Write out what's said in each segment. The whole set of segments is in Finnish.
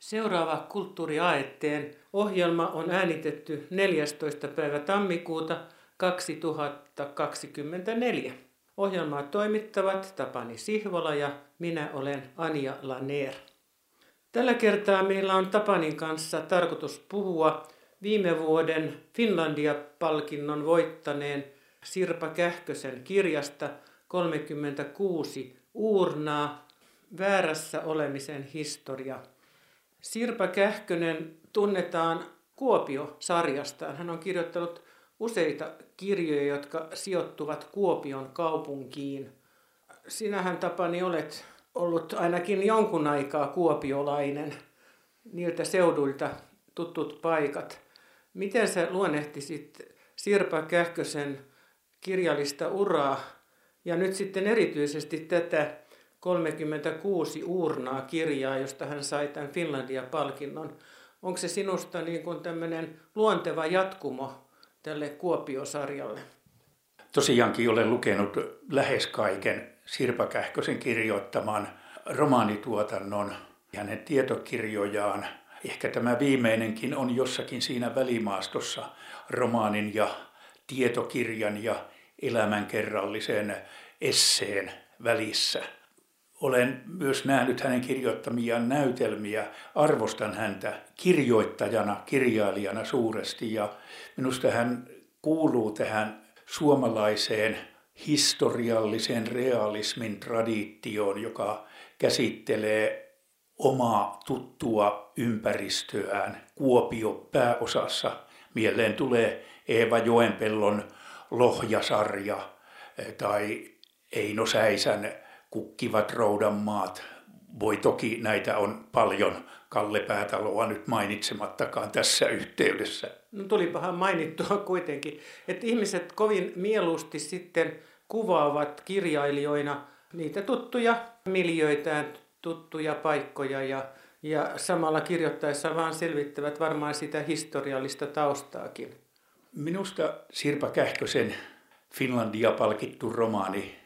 Seuraava Kulttuuri-aetteen ohjelma on äänitetty 14. päivä tammikuuta 2024. Ohjelmaa toimittavat Tapani Sihvola ja minä olen Anja Laner. Tällä kertaa meillä on Tapanin kanssa tarkoitus puhua viime vuoden Finlandia-palkinnon voittaneen Sirpa Kähkösen kirjasta 36 uurnaa, väärässä olemisen historia. Sirpa Kähkönen tunnetaan Kuopio-sarjastaan. Hän on kirjoittanut useita kirjoja, jotka sijoittuvat Kuopion kaupunkiin. Sinähän, Tapani, olet ollut ainakin jonkun aikaa kuopiolainen, niiltä seuduilta tutut paikat. Miten sä luonnehtisit Sirpa Kähkösen kirjallista uraa ja nyt sitten erityisesti tätä 36 uurnaa kirjaa, josta hän sai tämän Finlandia-palkinnon? Onko se sinusta niin kuin tämmöinen luonteva jatkumo tälle Kuopio-sarjalle? Tosiaankin olen lukenut lähes kaiken Sirpa Kähkösen kirjoittaman romaanituotannon, hänen tietokirjojaan. Ehkä tämä viimeinenkin on jossakin siinä välimaastossa romaanin ja tietokirjan ja elämänkerrallisen esseen välissä. Olen myös nähnyt hänen kirjoittamiaan näytelmiä, arvostan häntä kirjoittajana, kirjailijana suuresti ja minusta hän kuuluu tähän suomalaiseen historiallisen realismin traditioon, joka käsittelee omaa tuttua ympäristöään. Kuopio pääosassa. Mieleen tulee Eeva Joenpellon Lohjasarja tai Eino Säisän Kukkivat roudanmaat. Voi toki näitä on paljon, Kalle Päätaloa nyt mainitsemattakaan tässä yhteydessä. No tulipahan mainittua kuitenkin, että ihmiset kovin mieluusti sitten kuvaavat kirjailijoina niitä tuttuja miljöitään, tuttuja paikkoja ja samalla kirjoittaessa vaan selvittävät varmaan sitä historiallista taustaakin. Minusta Sirpa Kähkösen Finlandia-palkittu romaani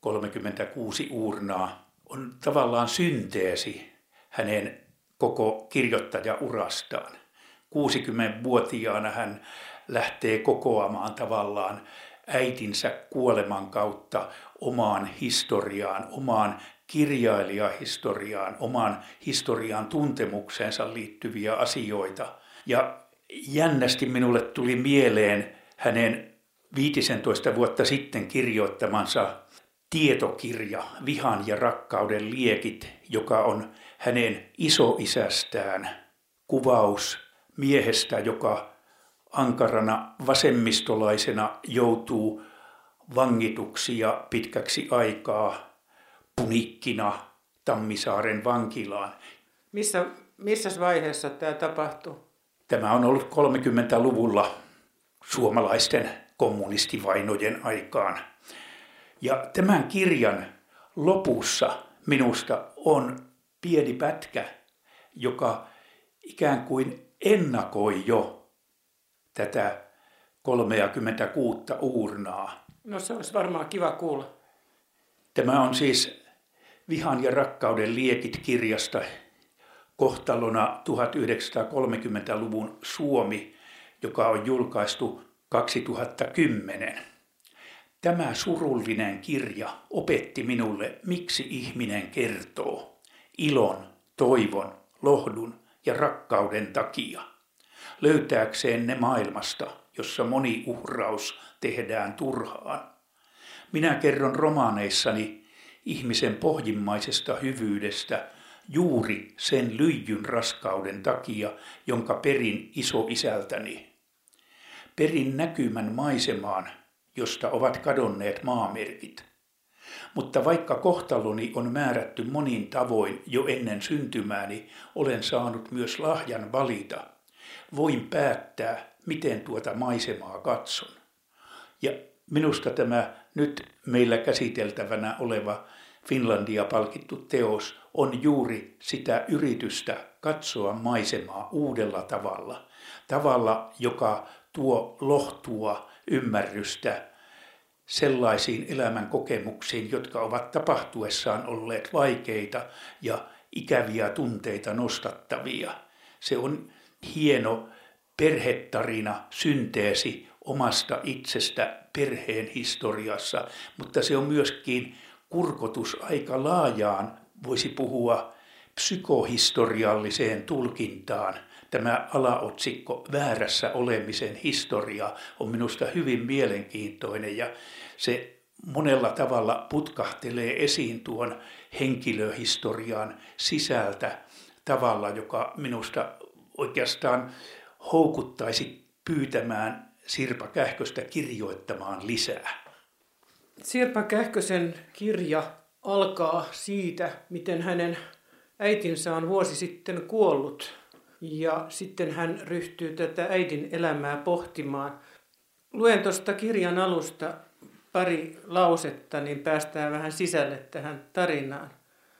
36 uurnaa on tavallaan synteesi hänen koko kirjoittajaurastaan. 60-vuotiaana hän lähtee kokoamaan tavallaan äitinsä kuoleman kautta omaan historiaan, omaan kirjailijahistoriaan, omaan historiaan tuntemukseensa liittyviä asioita. Ja jännästi minulle tuli mieleen hänen 15 vuotta sitten kirjoittamansa tietokirja Vihan ja rakkauden liekit, joka on hänen isoisästään kuvaus miehestä, joka ankarana vasemmistolaisena joutuu vangituksi ja pitkäksi aikaa punikkina Tammisaaren vankilaan. Missä vaiheessa tämä tapahtui? Tämä on ollut 30-luvulla suomalaisten kommunistivainojen aikaan. Ja tämän kirjan lopussa minusta on pieni pätkä, joka ikään kuin ennakoi jo tätä 36 uurnaa. No se olisi varmaan kiva kuulla. Tämä on siis Vihan ja rakkauden liekit -kirjasta kohtalona 1930-luvun Suomi, joka on julkaistu 2010. Tämä surullinen kirja opetti minulle, miksi ihminen kertoo ilon, toivon, lohdun ja rakkauden takia, löytääkseen ne maailmasta, jossa moni uhraus tehdään turhaan. Minä kerron romaaneissani ihmisen pohjimmaisesta hyvyydestä juuri sen lyijyn raskauden takia, jonka perin isoisältäni. Perin näkymän maisemaan, josta ovat kadonneet maamerkit. Mutta vaikka kohtaloni on määrätty monin tavoin jo ennen syntymääni, olen saanut myös lahjan valita. Voin päättää, miten tuota maisemaa katson. Ja minusta tämä nyt meillä käsiteltävänä oleva Finlandia-palkittu teos on juuri sitä yritystä katsoa maisemaa uudella tavalla. Tavalla, joka tuo lohtua, ymmärrystä sellaisiin elämän kokemuksiin, jotka ovat tapahtuessaan olleet vaikeita ja ikäviä tunteita nostattavia. Se on hieno perhetarina, synteesi omasta itsestä perheen historiassa, mutta se on myöskin kurkotus aika laajaan, voisi puhua psykohistorialliseen tulkintaan. Tämä alaotsikko väärässä olemisen historia on minusta hyvin mielenkiintoinen ja se monella tavalla putkahtelee esiin tuon henkilöhistorian sisältä tavalla, joka minusta oikeastaan houkuttaisi pyytämään Sirpa Kähköstä kirjoittamaan lisää. Sirpa Kähkösen kirja alkaa siitä, miten hänen äitinsä on vuosi sitten kuollut. Ja sitten hän ryhtyy tätä äidin elämää pohtimaan. Luen tuosta kirjan alusta pari lausetta, niin päästään vähän sisälle tähän tarinaan.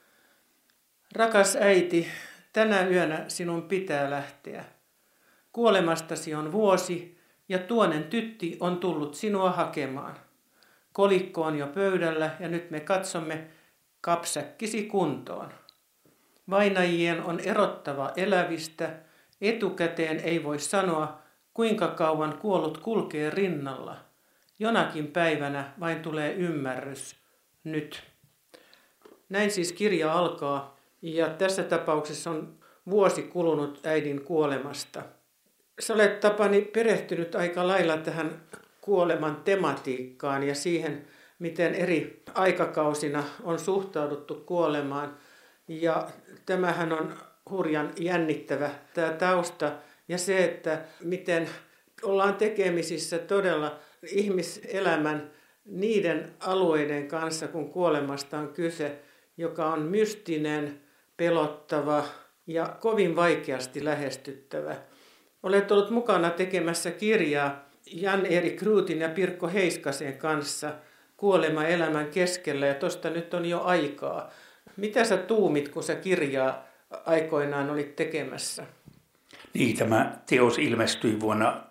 Rakas äiti, tänä yönä sinun pitää lähteä. Kuolemastasi on vuosi ja tuonen tytti on tullut sinua hakemaan. Kolikko on jo pöydällä ja nyt me katsomme kapsäkkisi kuntoon. Vainajien on erottava elävistä, etukäteen ei voi sanoa, kuinka kauan kuollut kulkee rinnalla. Jonakin päivänä vain tulee ymmärrys, nyt. Näin siis kirja alkaa ja tässä tapauksessa on vuosi kulunut äidin kuolemasta. Sä olet, Tapani, perehtynyt aika lailla tähän kuoleman tematiikkaan ja siihen, miten eri aikakausina on suhtauduttu kuolemaan. Ja tämähän on hurjan jännittävä tämä tausta ja se, että miten ollaan tekemisissä todella ihmiselämän niiden alueiden kanssa, kun kuolemasta on kyse, joka on mystinen, pelottava ja kovin vaikeasti lähestyttävä. Olet ollut mukana tekemässä kirjaa Jan-Erik Ruutin ja Pirkko Heiskasen kanssa Kuolema elämän keskellä ja tuosta nyt on jo aikaa. Mitä sä tuumit, kun sä kirjaa aikoinaan olit tekemässä? Niin, tämä teos ilmestyi vuonna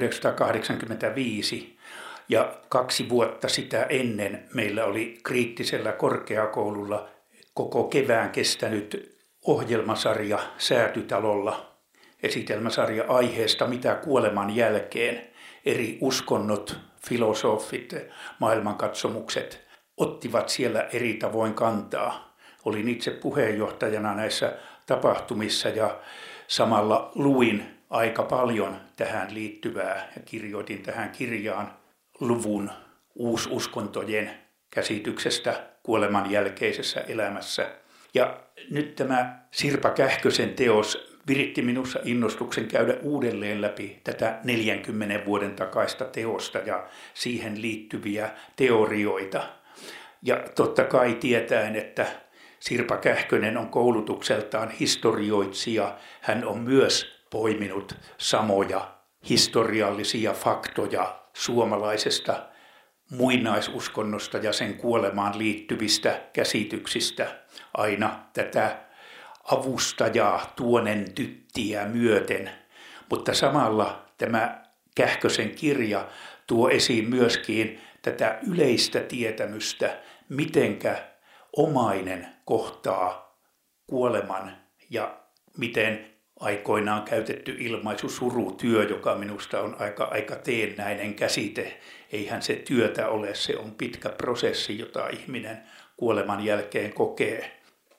1985 ja 2 vuotta sitä ennen meillä oli Kriittisellä korkeakoululla koko kevään kestänyt ohjelmasarja Säätytalolla. Esitelmäsarja aiheesta Mitä kuoleman jälkeen. Eri uskonnot, filosofit, maailmankatsomukset ottivat siellä eri tavoin kantaa. Olin itse puheenjohtajana näissä tapahtumissa ja samalla luin aika paljon tähän liittyvää ja kirjoitin tähän kirjaan luvun uususkontojen käsityksestä kuoleman jälkeisessä elämässä. Ja nyt tämä Sirpa Kähkösen teos viritti minussa innostuksen käydä uudelleen läpi tätä 40 vuoden takaista teosta ja siihen liittyviä teorioita. Ja totta kai tietäen, että Sirpa Kähkönen on koulutukseltaan historioitsija, hän on myös poiminut samoja historiallisia faktoja suomalaisesta muinaisuskonnosta ja sen kuolemaan liittyvistä käsityksistä aina tätä avustajaa, tuonen tyttiä myöten. Mutta samalla tämä Kähkösen kirja tuo esiin myöskin tätä yleistä tietämystä, mitenkä omainen kohtaa kuoleman ja miten aikoinaan käytetty ilmaisu surutyö, joka minusta on aika teennäinen käsite. Eihän se työtä ole, se on pitkä prosessi, jota ihminen kuoleman jälkeen kokee.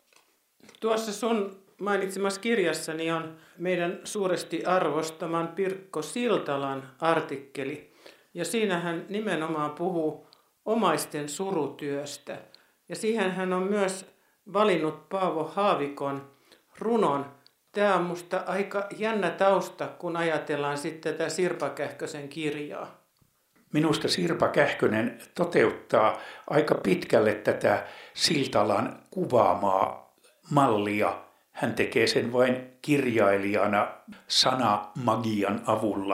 Tuossa sun mainitsemassa kirjassani on meidän suuresti arvostaman Pirkko Siltalan artikkeli. Ja siinä hän nimenomaan puhuu omaisten surutyöstä. Ja siihen hän on myös valinnut Paavo Haavikon runon. Tämä on musta aika jännä tausta, kun ajatellaan sitten tätä Sirpa Kähkösen kirjaa. Minusta Sirpa Kähkönen toteuttaa aika pitkälle tätä Siltalan kuvaamaa mallia. Hän tekee sen vain kirjailijana sanamagian avulla.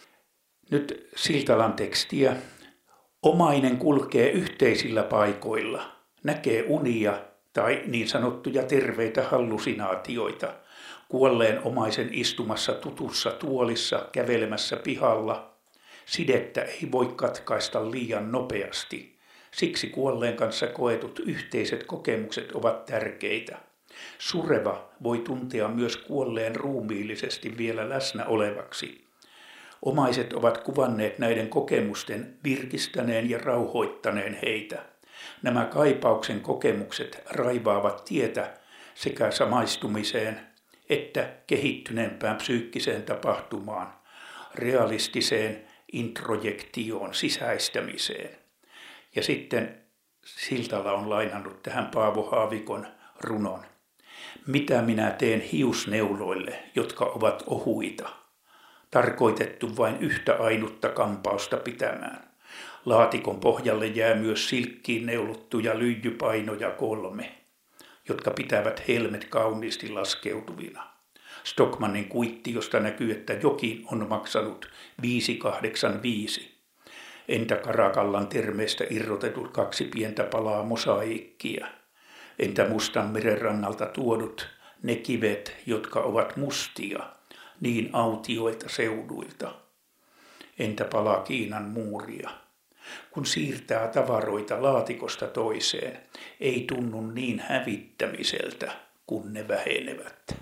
Nyt Siltalan tekstiä. Omainen kulkee yhteisillä paikoilla, näkee unia tai niin sanottuja terveitä hallusinaatioita. Kuolleen omaisen istumassa tutussa tuolissa, kävelemässä pihalla. Sidettä ei voi katkaista liian nopeasti. Siksi kuolleen kanssa koetut yhteiset kokemukset ovat tärkeitä. Sureva voi tuntea myös kuolleen ruumiillisesti vielä läsnä olevaksi. Omaiset ovat kuvanneet näiden kokemusten virkistäneen ja rauhoittaneen heitä. Nämä kaipauksen kokemukset raivaavat tietä sekä samaistumiseen että kehittyneempään psyykkiseen tapahtumaan, realistiseen introjektioon, sisäistämiseen. Ja sitten Siltala on lainannut tähän Paavo Haavikon runon. Mitä minä teen hiusneuloille, jotka ovat ohuita? Tarkoitettu vain yhtä ainutta kampausta pitämään. Laatikon pohjalle jää myös silkkiin neulottuja lyijypainoja 3, jotka pitävät helmet kauniisti laskeutuvina. Stockmannin kuitti, josta näkyy, että jokin on maksanut 5,85. Entä Karakallan termeistä irrotetut 2 pientä palaa mosaiikkia? Entä Mustan meren rannalta tuodut ne kivet, jotka ovat mustia, niin autioilta seuduilta? Entä pala Kiinan muuria? Kun siirtää tavaroita laatikosta toiseen, ei tunnu niin hävittämiseltä, kun ne vähenevät.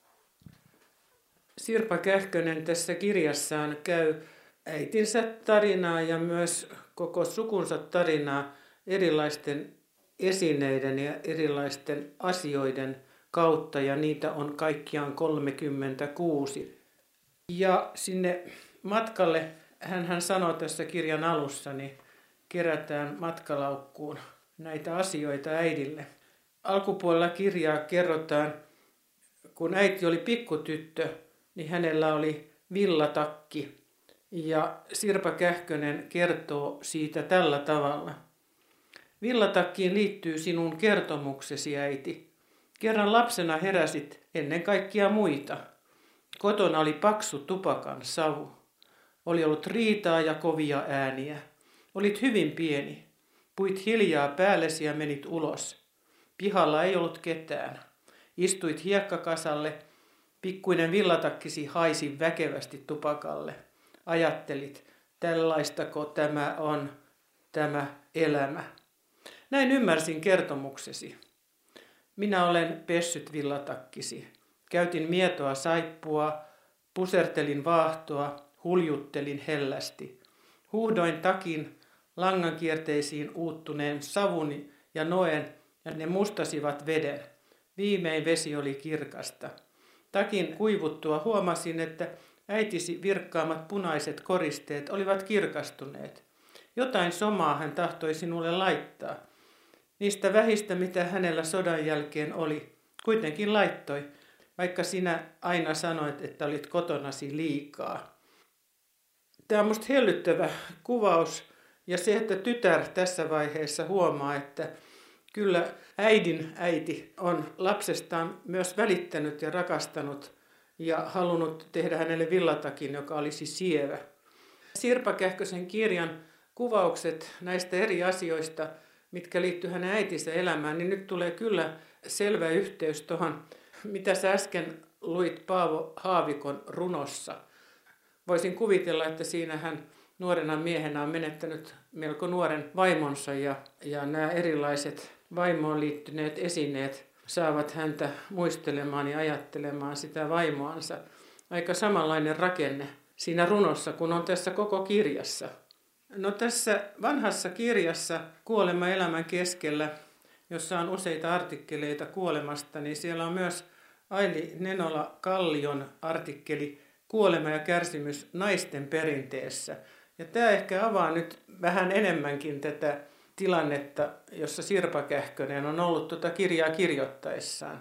Sirpa Kähkönen tässä kirjassaan käy äitinsä tarinaa ja myös koko sukunsa tarinaa erilaisten esineiden ja erilaisten asioiden kautta, ja niitä on kaikkiaan 36. Ja sinne matkalle, hän sanoo tässä kirjan alussa, niin kerätään matkalaukkuun näitä asioita äidille. Alkupuolella kirjaa kerrotaan, kun äiti oli pikkutyttö, niin hänellä oli villatakki. Ja Sirpa Kähkönen kertoo siitä tällä tavalla. Villatakkiin liittyy sinun kertomuksesi, äiti. Kerran lapsena heräsit ennen kaikkia muita. Kotona oli paksu tupakan savu. Oli ollut riitaa ja kovia ääniä. Olit hyvin pieni. Puit hiljaa päällesi ja menit ulos. Pihalla ei ollut ketään. Istuit hiekkakasalle. Pikkuinen villatakkisi haisi väkevästi tupakalle. Ajattelit, tällaistako tämä on, tämä elämä. Näin ymmärsin kertomuksesi. Minä olen pessyt villatakkisi. Käytin mietoa saippua, pusertelin vaahtoa, huljuttelin hellästi. Huuhdoin takin langankierteisiin uuttuneen savun ja noen, ja ne mustasivat veden. Viimein vesi oli kirkasta. Takin kuivuttua huomasin, että äitisi virkkaamat punaiset koristeet olivat kirkastuneet. Jotain somaa hän tahtoi sinulle laittaa. Niistä vähistä, mitä hänellä sodan jälkeen oli, kuitenkin laittoi, vaikka sinä aina sanoit, että olit kotonasi liikaa. Tämä on musta hellyttävä kuvaus, ja se, että tytär tässä vaiheessa huomaa, että kyllä äidin äiti on lapsestaan myös välittänyt ja rakastanut ja halunnut tehdä hänelle villatakin, joka olisi sievä. Sirpa Kähkösen kirjan kuvaukset näistä eri asioista, mitkä liittyy hänen äitinsä elämään, niin nyt tulee kyllä selvä yhteys tuohon, mitä sä äsken luit Paavo Haavikon runossa. Voisin kuvitella, että siinä hän nuorena miehenä on menettänyt melko nuoren vaimonsa ja nämä erilaiset vaimoon liittyneet esineet saavat häntä muistelemaan ja ajattelemaan sitä vaimoansa. Aika samanlainen rakenne siinä runossa kuin on tässä koko kirjassa. No tässä vanhassa kirjassa Kuolema elämän keskellä, jossa on useita artikkeleita kuolemasta, niin siellä on myös Aili Nenola-Kallion artikkeli Kuolema ja kärsimys naisten perinteessä. Ja tämä ehkä avaa nyt vähän enemmänkin tätä tilannetta, jossa Sirpa Kähkönen on ollut tuota kirjaa kirjoittaessaan.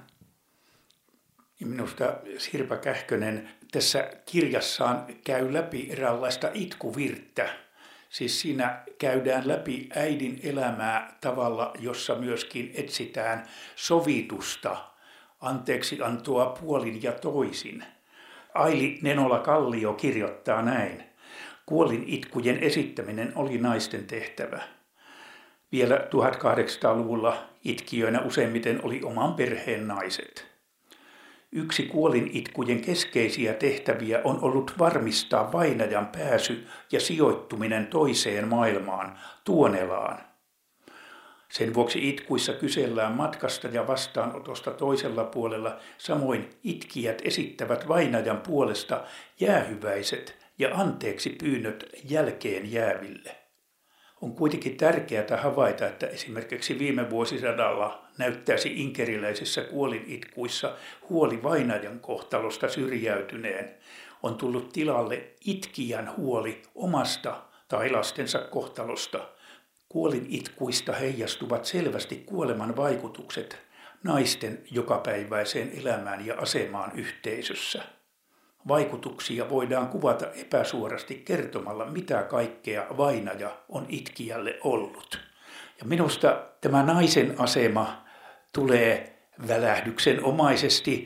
Minusta Sirpa Kähkönen tässä kirjassaan käy läpi eräänlaista itkuvirttä. Siis siinä käydään läpi äidin elämää tavalla, jossa myöskin etsitään sovitusta, anteeksiantoa puolin ja toisin. Aili Nenola-Kallio kirjoittaa näin. Kuolinitkujen esittäminen oli naisten tehtävä. Vielä 1800-luvulla itkijöinä useimmiten oli oman perheen naiset. Yksi kuolinitkujen keskeisiä tehtäviä on ollut varmistaa vainajan pääsy ja sijoittuminen toiseen maailmaan, Tuonelaan. Sen vuoksi itkuissa kysellään matkasta ja vastaanotosta toisella puolella, samoin itkijät esittävät vainajan puolesta jäähyväiset ja anteeksi pyynnöt jälkeen jääville. On kuitenkin tärkeää havaita, että esimerkiksi viime vuosisadalla näyttäisi inkeriläisissä kuolinitkuissa huoli vainajan kohtalosta syrjäytyneen. On tullut tilalle itkijän huoli omasta tai lastensa kohtalosta. Kuolinitkuista heijastuvat selvästi kuoleman vaikutukset naisten jokapäiväiseen elämään ja asemaan yhteisössä. Vaikutuksia voidaan kuvata epäsuorasti kertomalla, mitä kaikkea vainaja on itkijälle ollut. Ja minusta tämä naisen asema tulee välähdyksenomaisesti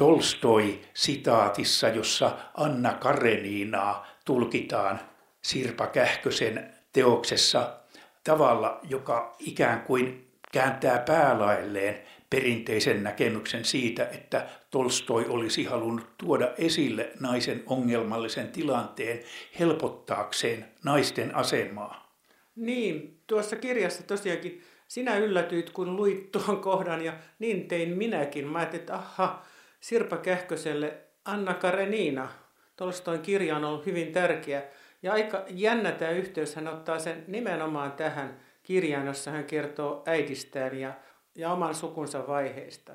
Tolstoi-sitaatissa, jossa Anna Kareninaa tulkitaan Sirpa Kähkösen teoksessa tavalla, joka ikään kuin kääntää päälaelleen perinteisen näkemyksen siitä, että Tolstoi olisi halunnut tuoda esille naisen ongelmallisen tilanteen helpottaakseen naisten asemaa. Niin, tuossa kirjassa tosiaankin sinä yllätyit, kun luit tuon kohdan ja niin tein minäkin. Mä ajattelin, että Sirpa Kähköselle Anna Karenina. Tolstoin kirja on ollut hyvin tärkeä. Ja aika jännä tämä yhteys, hän ottaa sen nimenomaan tähän kirjaan, jossa hän kertoo äidistään ja oman sukunsa vaiheista.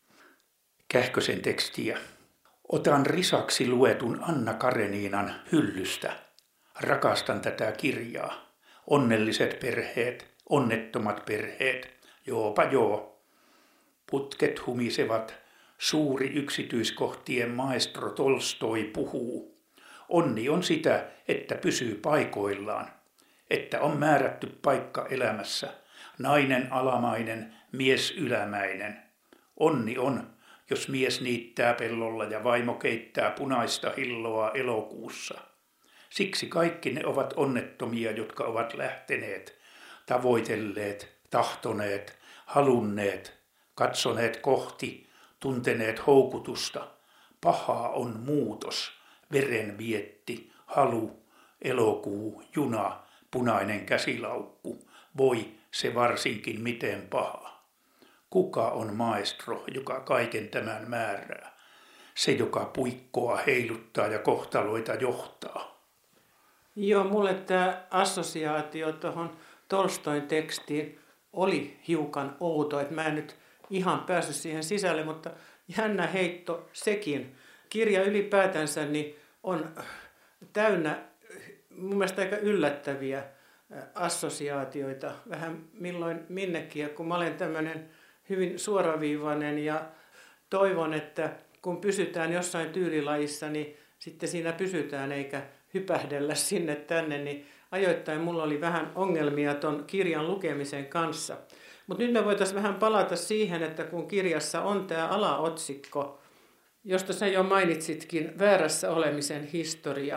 Kähkösen tekstiä. Otan risaksi luetun Anna Kareninan hyllystä. Rakastan tätä kirjaa. Onnelliset perheet, onnettomat perheet, joopa joo. Putket humisevat, suuri yksityiskohtien maestro Tolstoi puhuu. Onni on sitä, että pysyy paikoillaan, että on määrätty paikka elämässä, nainen alamainen, mies ylämäinen. Onni on, jos mies niittää pellolla ja vaimo keittää punaista hilloa elokuussa. Siksi kaikki ne ovat onnettomia, jotka ovat lähteneet, tavoitelleet, tahtoneet, halunneet, katsoneet kohti, tunteneet houkutusta. Pahaa on muutos, verenvietti, halu, elokuu, juna, punainen käsilaukku. Voi se varsinkin miten paha. Kuka on maestro, joka kaiken tämän määrää? Se, joka puikkoa heiluttaa ja kohtaloita johtaa. Joo, mulle tämä assosiaatio tuohon Tolstoin tekstiin oli hiukan outo, että mä en nyt ihan päässyt siihen sisälle, mutta jännä heitto sekin. Kirja ylipäätänsä niin on täynnä mun mielestä aika yllättäviä assosiaatioita, vähän milloin minnekin. Ja kun mä olen tämmöinen hyvin suoraviivainen ja toivon, että kun pysytään jossain tyylilajissa, niin sitten siinä pysytään eikä hypähdellä sinne tänne, niin ajoittain mulla oli vähän ongelmia ton kirjan lukemisen kanssa. Mutta nyt me voitaisiin vähän palata siihen, että kun kirjassa on tämä alaotsikko, josta sä jo mainitsitkin, väärässä olemisen historia.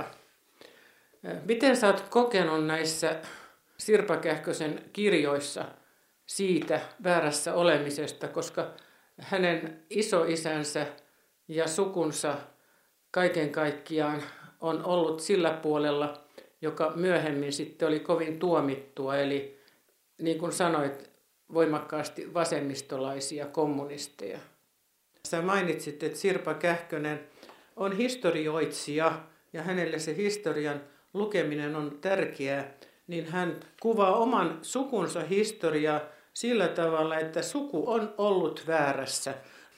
Miten sä oot kokenut näissä Sirpa Kähkösen kirjoissa siitä väärässä olemisesta, koska hänen isoisänsä ja sukunsa kaiken kaikkiaan on ollut sillä puolella, joka myöhemmin sitten oli kovin tuomittua, eli niin kuin sanoit, voimakkaasti vasemmistolaisia kommunisteja. Sä mainitsit, että Sirpa Kähkönen on historioitsija ja hänelle se historian lukeminen on tärkeää, niin hän kuvaa oman sukunsa historiaa sillä tavalla, että suku on ollut väärässä.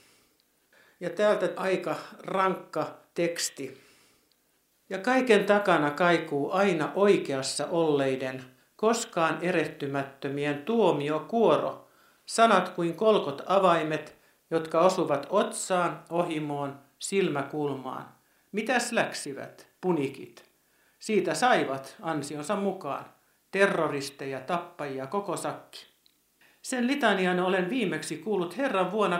Ja täältä aika rankka teksti. Ja kaiken takana kaikuu aina oikeassa olleiden, koskaan erehtymättömien tuomiokuoro, sanat kuin kolkot avaimet, jotka osuvat otsaan, ohimoon, silmäkulmaan. Mitäs läksivät, punikit? Siitä saivat ansionsa mukaan. Terroristeja, tappajia, koko sakki. Sen litanian olen viimeksi kuullut Herran vuonna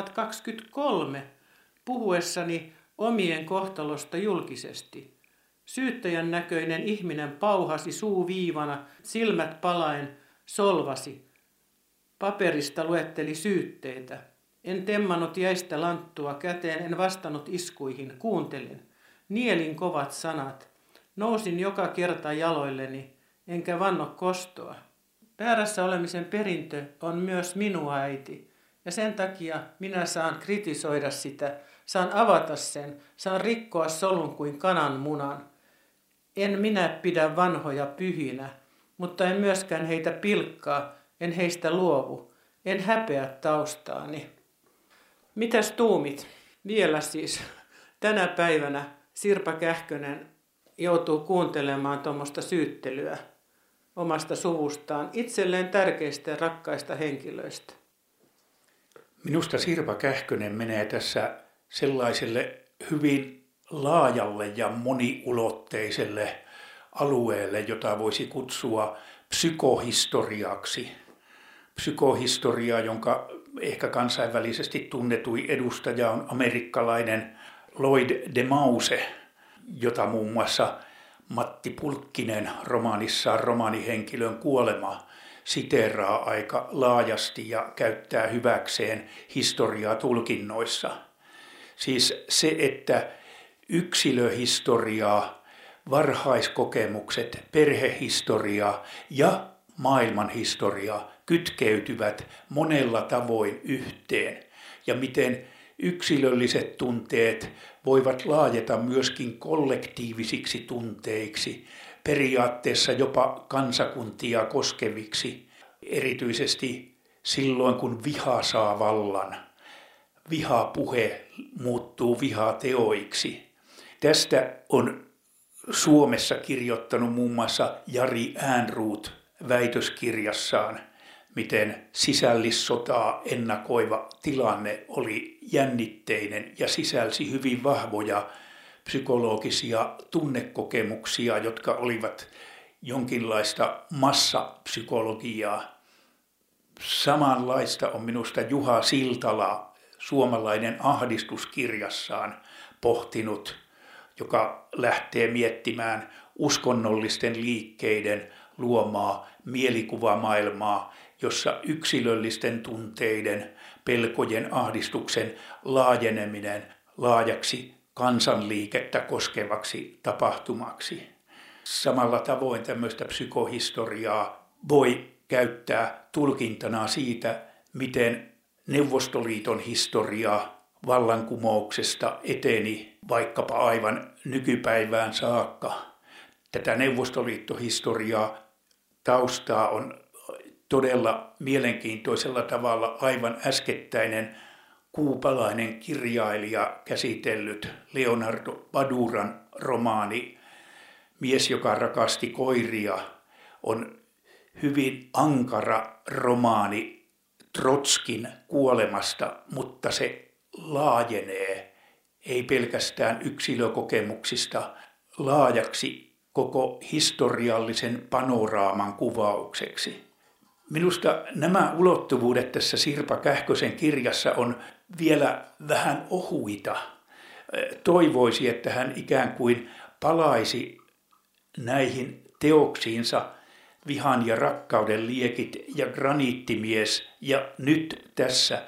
2023 puhuessani omien kohtalosta julkisesti. Syyttäjän näköinen ihminen pauhasi suu viivana, silmät palaen, solvasi. Paperista luetteli syytteitä. En temmannut jäistä lanttua käteen, en vastannut iskuihin, kuuntelin. Nielin kovat sanat. Nousin joka kerta jaloilleni, enkä vanno kostoa. Väärässä olemisen perintö on myös minua, äiti. Ja sen takia minä saan kritisoida sitä, saan avata sen, saan rikkoa solun kuin kananmunan. En minä pidä vanhoja pyhinä, mutta en myöskään heitä pilkkaa, en heistä luovu, en häpeä taustaani. Mitäs tuumit? Vielä siis tänä päivänä Sirpa Kähkönen joutuu kuuntelemaan tuommoista syyttelyä omasta suvustaan, itselleen tärkeistä ja rakkaista henkilöistä. Minusta Sirpa Kähkönen menee tässä sellaiselle hyvin laajalle ja moniulotteiselle alueelle, jota voisi kutsua psykohistoriaksi. Psykohistoria, jonka ehkä kansainvälisesti tunnetuin edustaja on amerikkalainen Lloyd de Mause, jota muun muassa Matti Pulkkinen romaanissaan Romaanihenkilön kuolema siteeraa aika laajasti ja käyttää hyväkseen historiaa tulkinnoissa. Siis se, että yksilöhistoriaa, varhaiskokemukset, perhehistoria ja maailmanhistoria kytkeytyvät monella tavoin yhteen ja miten yksilölliset tunteet voivat laajeta myöskin kollektiivisiksi tunteiksi, periaatteessa jopa kansakuntia koskeviksi, erityisesti silloin kun viha saa vallan. Vihapuhe muuttuu vihateoiksi. Tästä on Suomessa kirjoittanut muun muassa Jari Äänruut väitöskirjassaan, miten sisällissotaa ennakoiva tilanne oli jännitteinen ja sisälsi hyvin vahvoja psykologisia tunnekokemuksia, jotka olivat jonkinlaista massapsykologiaa. Samanlaista on minusta Juha Siltala Suomalainen ahdistuskirjassaan pohtinut, joka lähtee miettimään uskonnollisten liikkeiden luomaa mielikuvamaailmaa, jossa yksilöllisten tunteiden, pelkojen, ahdistuksen laajeneminen laajaksi kansanliikettä koskevaksi tapahtumaksi. Samalla tavoin tämmöistä psykohistoriaa voi käyttää tulkintana siitä, miten Neuvostoliiton historia vallankumouksesta eteni vaikkapa aivan nykypäivään saakka. Tätä Neuvostoliittohistoriaa taustaa on todella mielenkiintoisella tavalla aivan äskettäinen kuupalainen kirjailija käsitellyt Leonardo Baduran romaani Mies, joka rakasti koiria, on hyvin ankara romaani Trotskin kuolemasta, mutta se laajenee ei pelkästään yksilökokemuksista laajaksi koko historiallisen panoraaman kuvaukseksi. Minusta nämä ulottuvuudet tässä Sirpa Kähkösen kirjassa on vielä vähän ohuita. Toivoisi, että hän ikään kuin palaisi näihin teoksiinsa Vihan ja rakkauden liekit ja Graniittimies ja nyt tässä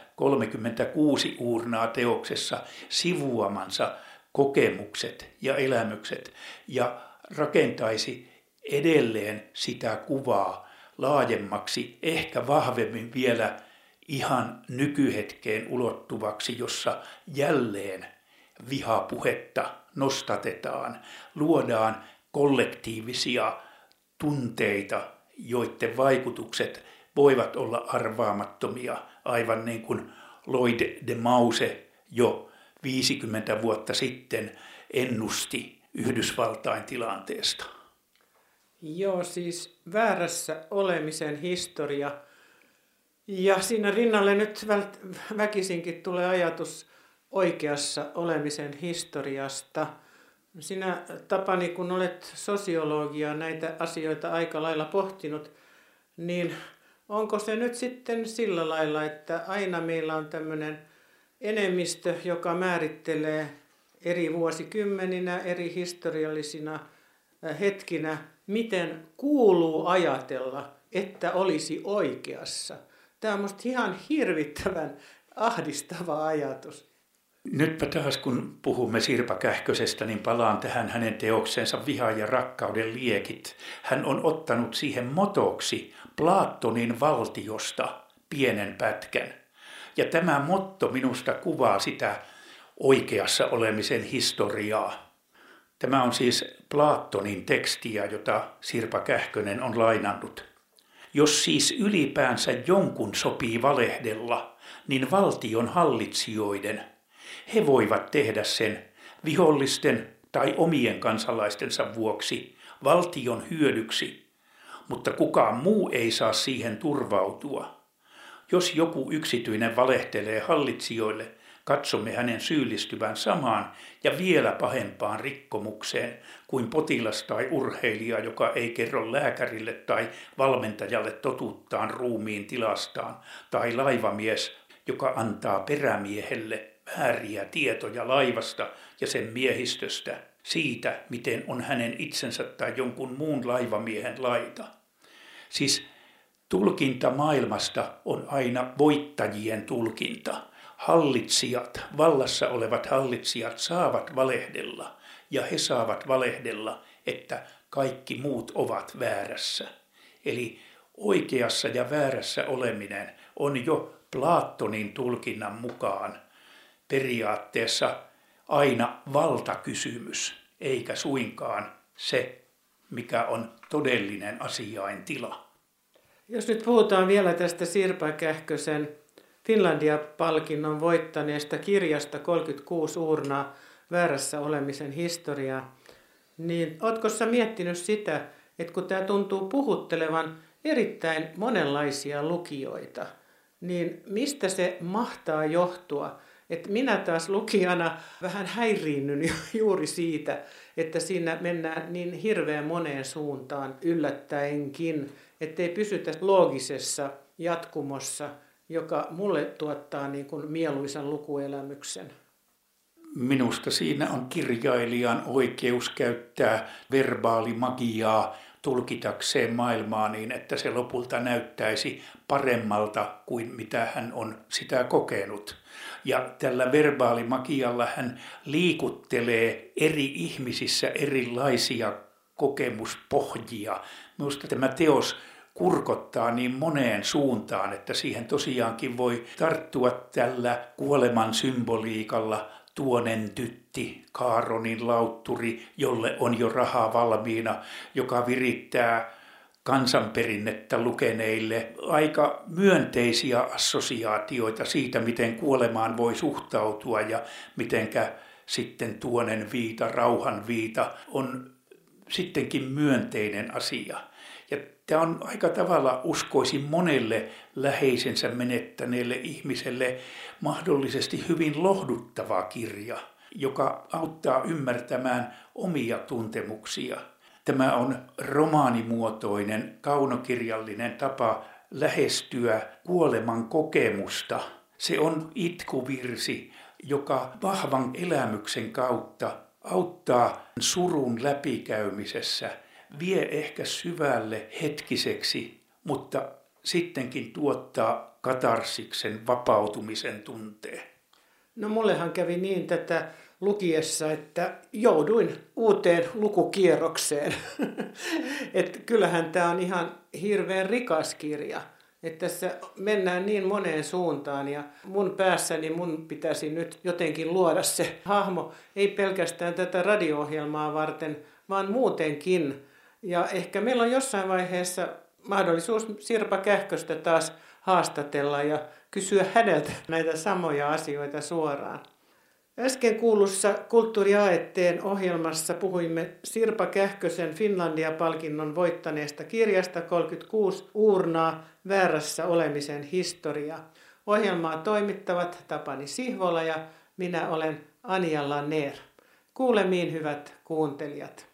36 uurnaa teoksessa sivuamansa kokemukset ja elämykset ja rakentaisi edelleen sitä kuvaa laajemmaksi, ehkä vahvemmin vielä ihan nykyhetkeen ulottuvaksi, jossa jälleen vihapuhetta nostatetaan, luodaan kollektiivisia tunteita, joiden vaikutukset voivat olla arvaamattomia, aivan niin kuin Lloyd de Mause jo 50 vuotta sitten ennusti Yhdysvaltain tilanteesta. Joo, siis väärässä olemisen historia. Ja siinä rinnalle nyt väkisinkin tulee ajatus oikeassa olemisen historiasta. Sinä, Tapani, kun olet sosiologia näitä asioita aika lailla pohtinut, niin onko se nyt sitten sillä lailla, että aina meillä on tämmöinen enemmistö, joka määrittelee eri vuosikymmeninä, eri historiallisina hetkinä, miten kuuluu ajatella, että olisi oikeassa? Tämä on minusta ihan hirvittävän ahdistava ajatus. Nytpä taas kun puhumme Sirpa Kähkösestä, niin palaan tähän hänen teoksensa Viha ja rakkauden liekit. Hän on ottanut siihen motoksi Platonin valtiosta pienen pätkän. Ja tämä motto minusta kuvaa sitä oikeassa olemisen historiaa. Tämä on siis Platonin tekstiä, jota Sirpa Kähkönen on lainannut. Jos siis ylipäänsä jonkun sopii valehdella, niin valtion hallitsijoiden. He voivat tehdä sen vihollisten tai omien kansalaistensa vuoksi valtion hyödyksi, mutta kukaan muu ei saa siihen turvautua. Jos joku yksityinen valehtelee hallitsijoille, katsomme hänen syyllistyvän samaan ja vielä pahempaan rikkomukseen kuin potilas tai urheilija, joka ei kerro lääkärille tai valmentajalle totuuttaan ruumiin tilastaan, tai laivamies, joka antaa perämiehelle vääriä tietoja laivasta ja sen miehistöstä siitä, miten on hänen itsensä tai jonkun muun laivamiehen laita. Siis tulkinta maailmasta on aina voittajien tulkinta. Hallitsijat, vallassa olevat hallitsijat saavat valehdella ja he saavat valehdella, että kaikki muut ovat väärässä. Eli oikeassa ja väärässä oleminen on jo Platonin tulkinnan mukaan periaatteessa aina valtakysymys, eikä suinkaan se, mikä on todellinen asiaintila. Jos nyt puhutaan vielä tästä Sirpa Kähkösen Finlandia-palkinnon voittaneesta kirjasta 36 uurnaa väärässä olemisen historiaa, niin ootko sä miettinyt sitä, että kun tämä tuntuu puhuttelevan erittäin monenlaisia lukijoita, niin mistä se mahtaa johtua? Että minä taas lukijana vähän häiriinnyn juuri siitä, että siinä mennään niin hirveän moneen suuntaan yllättäenkin, ettei pysytä loogisessa jatkumossa, joka mulle tuottaa niin kuin mieluisan lukuelämyksen. Minusta siinä on kirjailijan oikeus käyttää verbaalimagiaa tulkitakseen maailmaa niin, että se lopulta näyttäisi paremmalta kuin mitä hän on sitä kokenut. Ja tällä verbaalimagialla hän liikuttelee eri ihmisissä erilaisia kokemuspohjia. Minusta tämä teos kurkottaa niin moneen suuntaan, että siihen tosiaankin voi tarttua tällä kuoleman symboliikalla. Tuonen tytti, Kaaronin lautturi, jolle on jo rahaa valmiina, joka virittää kansanperinnettä lukeneille aika myönteisiä assosiaatioita siitä, miten kuolemaan voi suhtautua ja mitenkä sitten tuonen viita, rauhan viita on sittenkin myönteinen asia. Ja tämä on aika tavalla, uskoisin monelle läheisensä menettäneelle ihmiselle mahdollisesti hyvin lohduttava kirja, joka auttaa ymmärtämään omia tuntemuksia. Tämä on romaanimuotoinen, kaunokirjallinen tapa lähestyä kuoleman kokemusta. Se on itkuvirsi, joka vahvan elämyksen kautta auttaa surun läpikäymisessä, vie ehkä syvälle hetkiseksi, mutta sittenkin tuottaa katarsiksen, vapautumisen tunteen. No mullehan kävi niin tätä lukiessa, että jouduin uuteen lukukierrokseen. Että kyllähän tämä on ihan hirveän rikas kirja. Että tässä mennään niin moneen suuntaan ja mun päässäni mun pitäisi nyt jotenkin luoda se hahmo, ei pelkästään tätä radio-ohjelmaa varten, vaan muutenkin. Ja ehkä meillä on jossain vaiheessa mahdollisuus Sirpa Kähköstä taas haastatella ja kysyä häneltä näitä samoja asioita suoraan. Äsken kuulussa Kulttuuri AET:n ohjelmassa puhuimme Sirpa Kähkösen Finlandia-palkinnon voittaneesta kirjasta 36 uurnaa väärässä olemisen historia. Ohjelmaa toimittavat Tapani Sihvola ja minä olen Anja Lannér. Kuulemiin hyvät kuuntelijat.